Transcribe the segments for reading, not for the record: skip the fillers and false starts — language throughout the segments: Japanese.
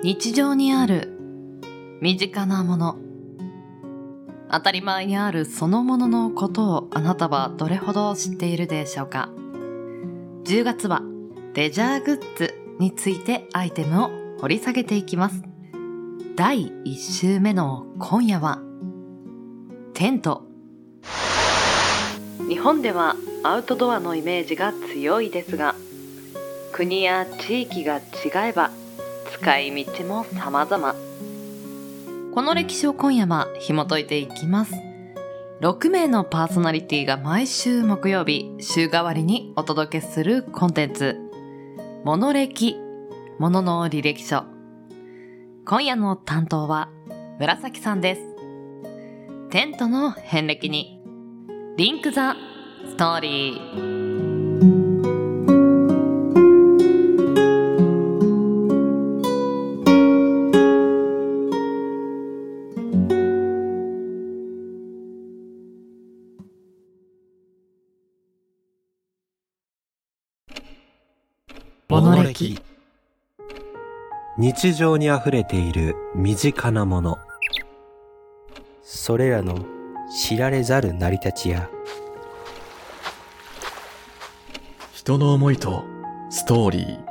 日常にある身近なもの、当たり前にあるそのもののことをあなたはどれほど知っているでしょうか。10月はレジャーグッズについてアイテムを掘り下げていきます。第1週目の今夜はテント。日本ではアウトドアのイメージが強いですが、国や地域が違えば使い道も様々。この歴史を今夜は紐解いていきます。6名のパーソナリティが毎週木曜日週替わりにお届けするコンテンツ、モノ歴、ものの履歴書。今夜の担当は紫さんです。テントの遍歴にリンクザストーリー。モノ歴。 日常にあふれている身近なもの、 それらの知られざる成り立ちや人の思いとストーリー。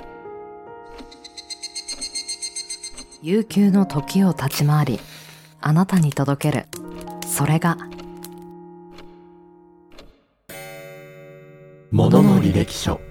悠久の時を立ち回りあなたに届ける、それがものの履歴書。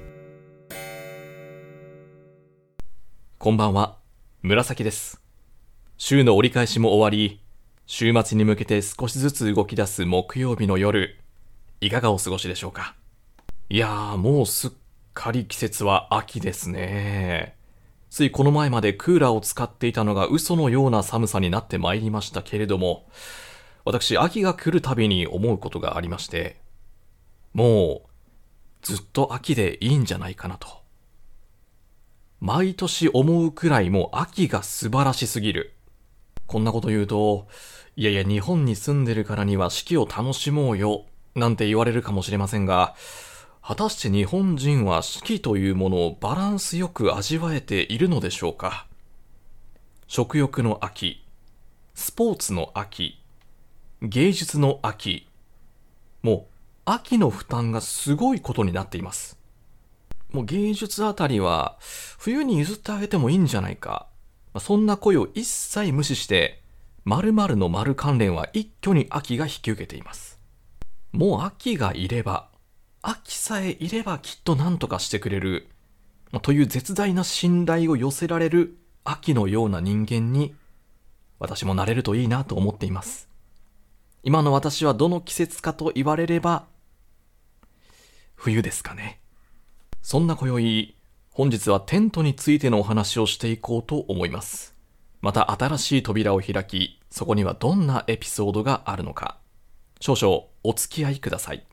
こんばんは、紫です。週の折り返しも終わり、週末に向けて少しずつ動き出す木曜日の夜、いかがお過ごしでしょうか。いやー、もうすっかり季節は秋ですね。ついこの前までクーラーを使っていたのが嘘のような寒さになってまいりましたけれども、私、秋が来るたびに思うことがありまして、もうずっと秋でいいんじゃないかなと。毎年思うくらいもう秋が素晴らしすぎる。こんなこと言うと、いやいや日本に住んでるからには四季を楽しもうよなんて言われるかもしれませんが、果たして日本人は四季というものをバランスよく味わえているのでしょうか。食欲の秋、スポーツの秋、芸術の秋、もう秋の負担がすごいことになっています。もう芸術あたりは冬に譲ってあげてもいいんじゃないか、そんな声を一切無視して〇〇の〇関連は一挙に秋が引き受けています。もう秋がいれば、秋さえいればきっと何とかしてくれる、という絶大な信頼を寄せられる秋のような人間に私もなれるといいなと思っています。今の私はどの季節かと言われれば冬ですかね。そんな今宵、本日はテントについてのお話をしていこうと思います。また新しい扉を開き、そこにはどんなエピソードがあるのか、少々お付き合いください。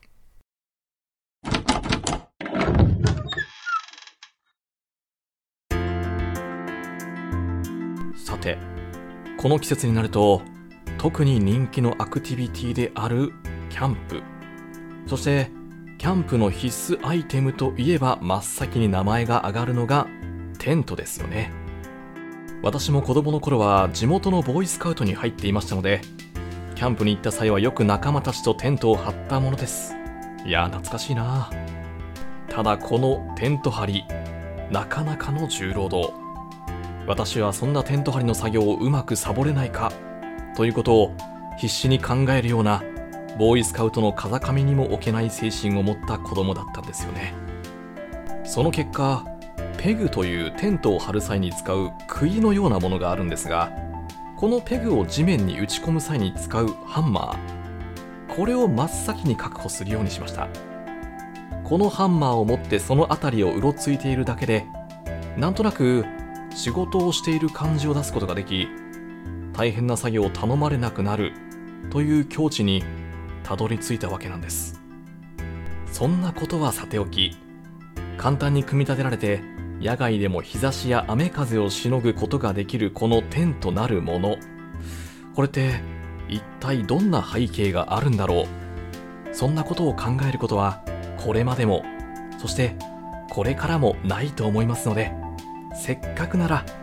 さて、この季節になると特に人気のアクティビティであるキャンプ、そしてキャンプの必須アイテムといえば真っ先に名前が挙がるのがテントですよね。私も子供の頃は地元のボーイスカウトに入っていましたので、キャンプに行った際はよく仲間たちとテントを張ったものです。いやー懐かしいな。ただこのテント張り、なかなかの重労働。私はそんなテント張りの作業をうまくサボれないかということを必死に考えるようなボーイスカウトの風上にも置けない精神を持った子供だったんですよね。その結果、ペグというテントを張る際に使う杭のようなものがあるんですが、このペグを地面に打ち込む際に使うハンマー、これを真っ先に確保するようにしました。このハンマーを持ってその辺りをうろついているだけで、なんとなく仕事をしている感じを出すことができ、大変な作業を頼まれなくなるという境地にたどり着いたわけなんです。そんなことはさておき、簡単に組み立てられて野外でも日差しや雨風をしのぐことができるこのテントなるもの、これって一体どんな背景があるんだろう。そんなことを考えることはこれまでも、そしてこれからもないと思いますので、せっかくなら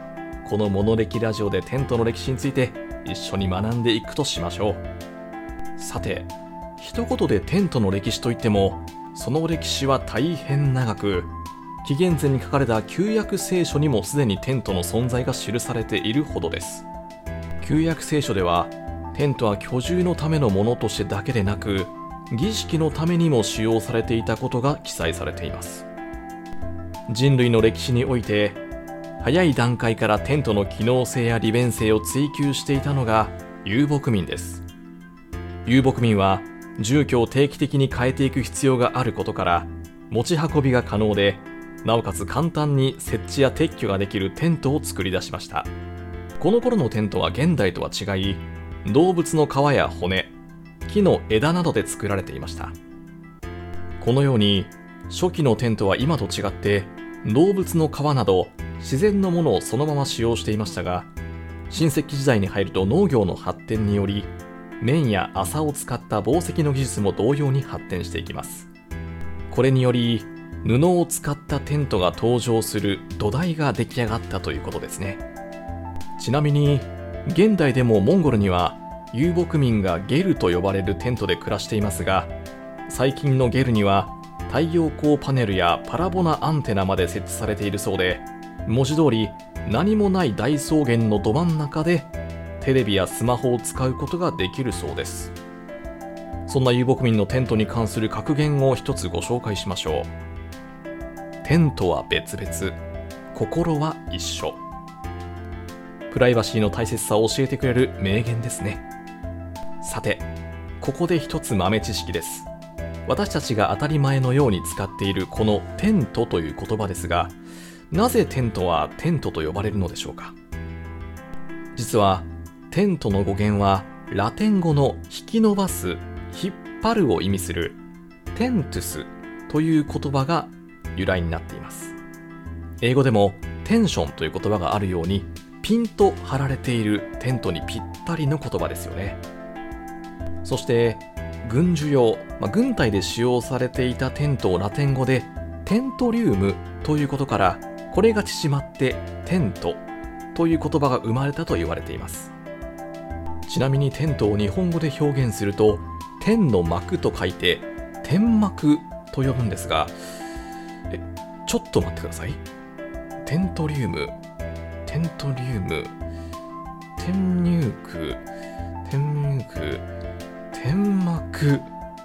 このモノ歴ラジオでテントの歴史について一緒に学んでいくとしましょう。さて、一言でテントの歴史といっても、その歴史は大変長く、紀元前に書かれた旧約聖書にもすでにテントの存在が記されているほどです。旧約聖書では、テントは居住のためのものとしてだけでなく、儀式のためにも使用されていたことが記載されています。人類の歴史において、早い段階からテントの機能性や利便性を追求していたのが遊牧民です。遊牧民は住居を定期的に変えていく必要があることから、持ち運びが可能で、なおかつ簡単に設置や撤去ができるテントを作り出しました。この頃のテントは現代とは違い、動物の皮や骨、木の枝などで作られていました。このように初期のテントは今と違って動物の皮など自然のものをそのまま使用していましたが、新石器時代に入ると農業の発展により綿や麻を使った紡績の技術も同様に発展していきます。これにより布を使ったテントが登場する土台が出来上がったということですね。ちなみに現代でもモンゴルには遊牧民がゲルと呼ばれるテントで暮らしていますが、最近のゲルには太陽光パネルやパラボナアンテナまで設置されているそうで、文字通り何もない大草原のど真ん中でテレビやスマホを使うことができるそうです。そんな遊牧民のテントに関する格言を一つご紹介しましょう。テントは別々、心は一緒。プライバシーの大切さを教えてくれる名言ですね。さて、ここで一つ豆知識です。私たちが当たり前のように使っているこのテントという言葉ですが、なぜテントはテントと呼ばれるのでしょうか。実はテントの語源はラテン語の引き伸ばす、引っ張るを意味するテントゥスという言葉が由来になっています。英語でもテンションという言葉があるように、ピンと張られているテントにぴったりの言葉ですよね。そして軍需用、軍隊で使用されていたテントをラテン語でテントリウムということから、これが縮まってテントという言葉が生まれたと言われています。ちなみにテントを日本語で表現すると、天の幕と書いて天幕と呼ぶんですが、ちょっと待ってください。テントリウム、テントリウム、天入区、天入区、天幕。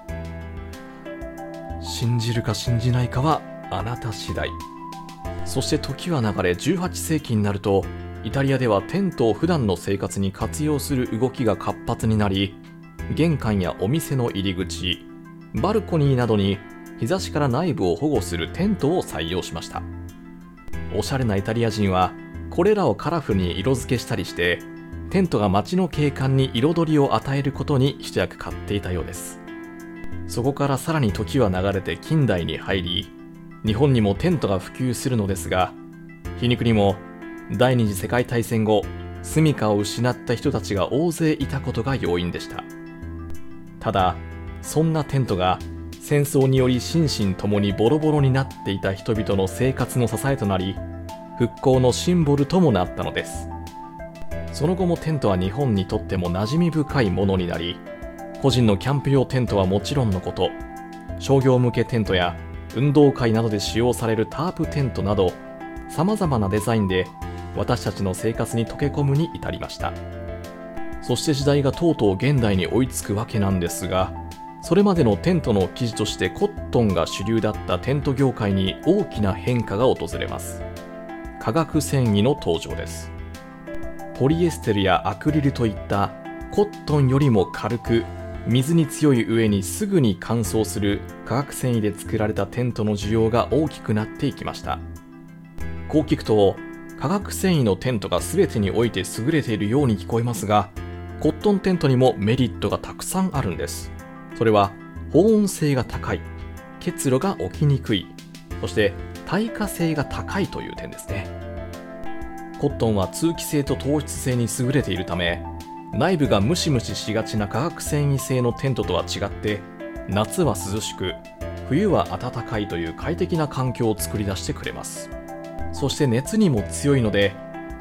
信じるか信じないかはあなた次第。そして時は流れ18世紀になると、イタリアではテントを普段の生活に活用する動きが活発になり、玄関やお店の入り口、バルコニーなどに日差しから内部を保護するテントを採用しました。おしゃれなイタリア人はこれらをカラフルに色付けしたりして、テントが街の景観に彩りを与えることに一役買っていたようです。そこからさらに時は流れて近代に入り、日本にもテントが普及するのですが、皮肉にも第二次世界大戦後、住処を失った人たちが大勢いたことが要因でした。ただ、そんなテントが戦争により心身ともにボロボロになっていた人々の生活の支えとなり、復興のシンボルともなったのです。その後もテントは日本にとっても馴染み深いものになり、個人のキャンプ用テントはもちろんのこと、商業向けテントや運動会などで使用されるタープテントなど、様々なデザインで私たちの生活に溶け込むに至りました。そして時代がとうとう現代に追いつくわけなんですが、それまでのテントの生地としてコットンが主流だったテント業界に大きな変化が訪れます。化学繊維の登場です。ポリエステルやアクリルといったコットンよりも軽く、水に強い上にすぐに乾燥する化学繊維で作られたテントの需要が大きくなっていきました。こう聞くと、化学繊維のテントが全てにおいて優れているように聞こえますが、コットンテントにもメリットがたくさんあるんです。それは保温性が高い、結露が起きにくい、そして耐火性が高いという点ですね。コットンは通気性と透湿性に優れているため、内部がムシムシしがちな化学繊維製のテントとは違って、夏は涼しく、冬は暖かいという快適な環境を作り出してくれます。そして熱にも強いので、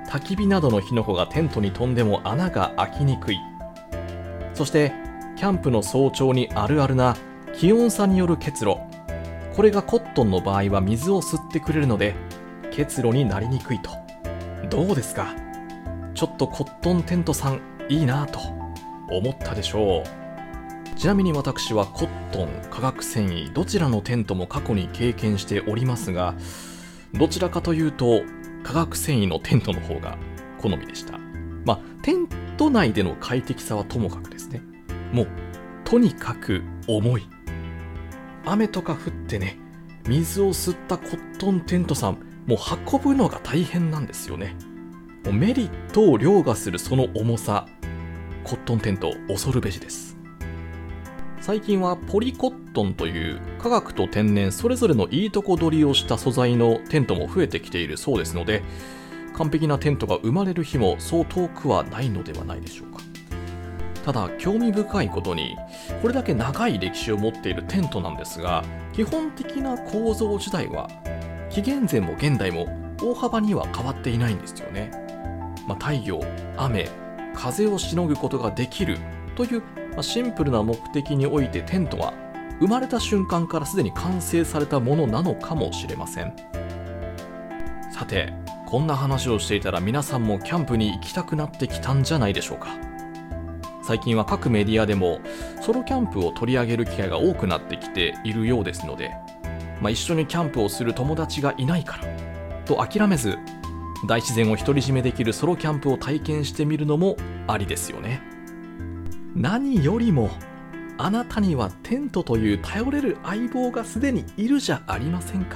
焚き火などの火の粉がテントに飛んでも穴が開きにくい。そしてキャンプの早朝にあるあるな気温差による結露。これがコットンの場合は水を吸ってくれるので結露になりにくいと。どうですか？ちょっとコットンテントさんいいなと思ったでしょう。ちなみに私はコットン、化学繊維どちらのテントも過去に経験しておりますが、どちらかというと化学繊維のテントの方が好みでした。テント内での快適さはともかくですね、もうとにかく重い。雨とか降ってね、水を吸ったコットンテントさん、もう運ぶのが大変なんですよね。もうメリットを凌駕するその重さ、コットンテント恐るべしです。最近はポリコットンという化学と天然それぞれのいいとこ取りをした素材のテントも増えてきているそうですので、完璧なテントが生まれる日もそう遠くはないのではないでしょうか。ただ興味深いことに、これだけ長い歴史を持っているテントなんですが、基本的な構造自体は紀元前も現代も大幅には変わっていないんですよね。太陽、雨、風をしのぐことができるというシンプルな目的においてテントは生まれた瞬間からすでに完成されたものなのかもしれません。さて、こんな話をしていたら皆さんもキャンプに行きたくなってきたんじゃないでしょうか。最近は各メディアでもソロキャンプを取り上げる機会が多くなってきているようですので、一緒にキャンプをする友達がいないからと諦めず、大自然を独り占めできるソロキャンプを体験してみるのもありですよね。何よりもあなたにはテントという頼れる相棒がすでにいるじゃありませんか。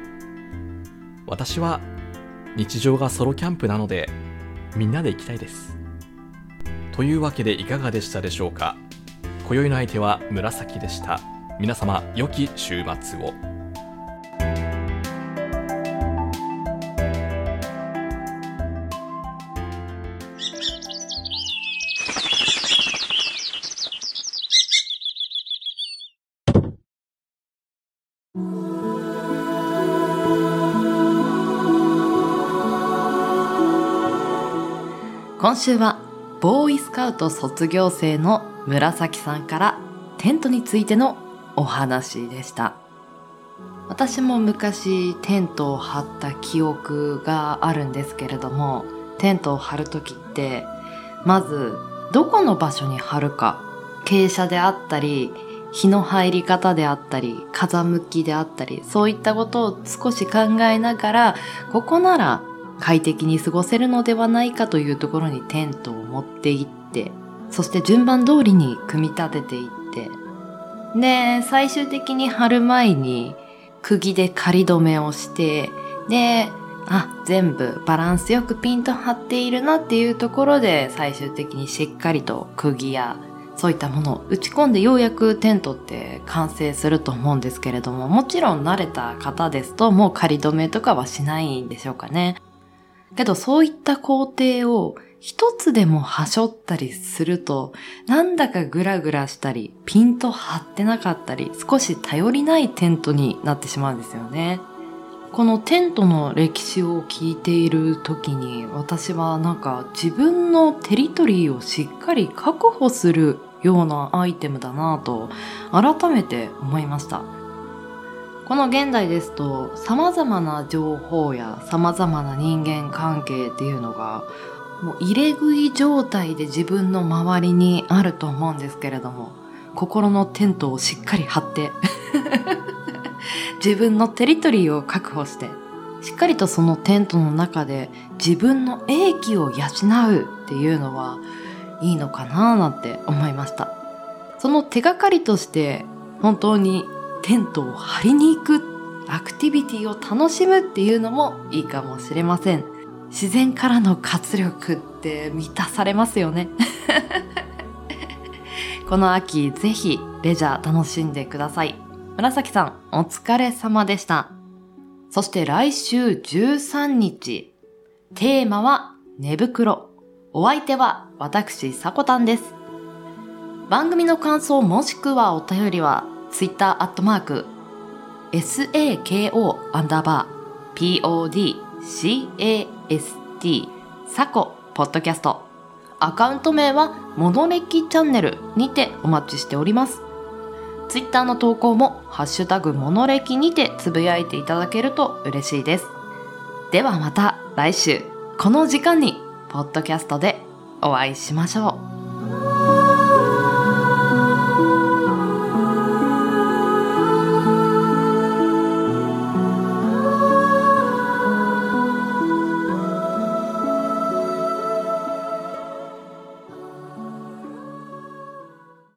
私は日常がソロキャンプなのでみんなで行きたいです。というわけでいかがでしたでしょうか。今宵の相手は紫でした。皆様良き週末を。 今週はボーイスカウト卒業生の紫さんからテントについてのお話でした。私も昔テントを張った記憶があるんですけれども、テントを張るときってまずどこの場所に張るか、傾斜であったり日の入り方であったり風向きであったり、そういったことを少し考えながら、ここなら快適に過ごせるのではないかというところにテントを持って行って、そして順番通りに組み立てていって、で最終的に張る前に釘で仮止めをして、で全部バランスよくピンと張っているなっていうところで、最終的にしっかりと釘やそういったものを打ち込んでようやくテントって完成すると思うんですけれども、もちろん慣れた方ですともう仮止めとかはしないんでしょうかね。けどそういった工程を一つでもはしょったりすると、なんだかグラグラしたりピンと張ってなかったり、少し頼りないテントになってしまうんですよね。このテントの歴史を聞いている時に、私は自分のテリトリーをしっかり確保するようなアイテムだなぁと改めて思いました。この現代ですと様々な情報や様々な人間関係っていうのがもう入れ食い状態で自分の周りにあると思うんですけれども、心のテントをしっかり張って自分のテリトリーを確保して、しっかりとそのテントの中で自分の英気を養うっていうのはいいのかななんて思いました。その手がかりとして本当にテントを張りに行くアクティビティを楽しむっていうのもいいかもしれません。自然からの活力って満たされますよねこの秋ぜひレジャー楽しんでください。紫さんお疲れ様でした。そして来週13日、テーマは寝袋。お相手は私さこたんです。番組の感想もしくはお便りはTwitter @SAKO_PODCAST サコポッドキャスト。アカウント名はモノレキチャンネルにてお待ちしております。ツイッターの投稿もハッシュタグモノレキにてつぶやいていただけると嬉しいです。ではまた来週この時間にポッドキャストでお会いしましょう。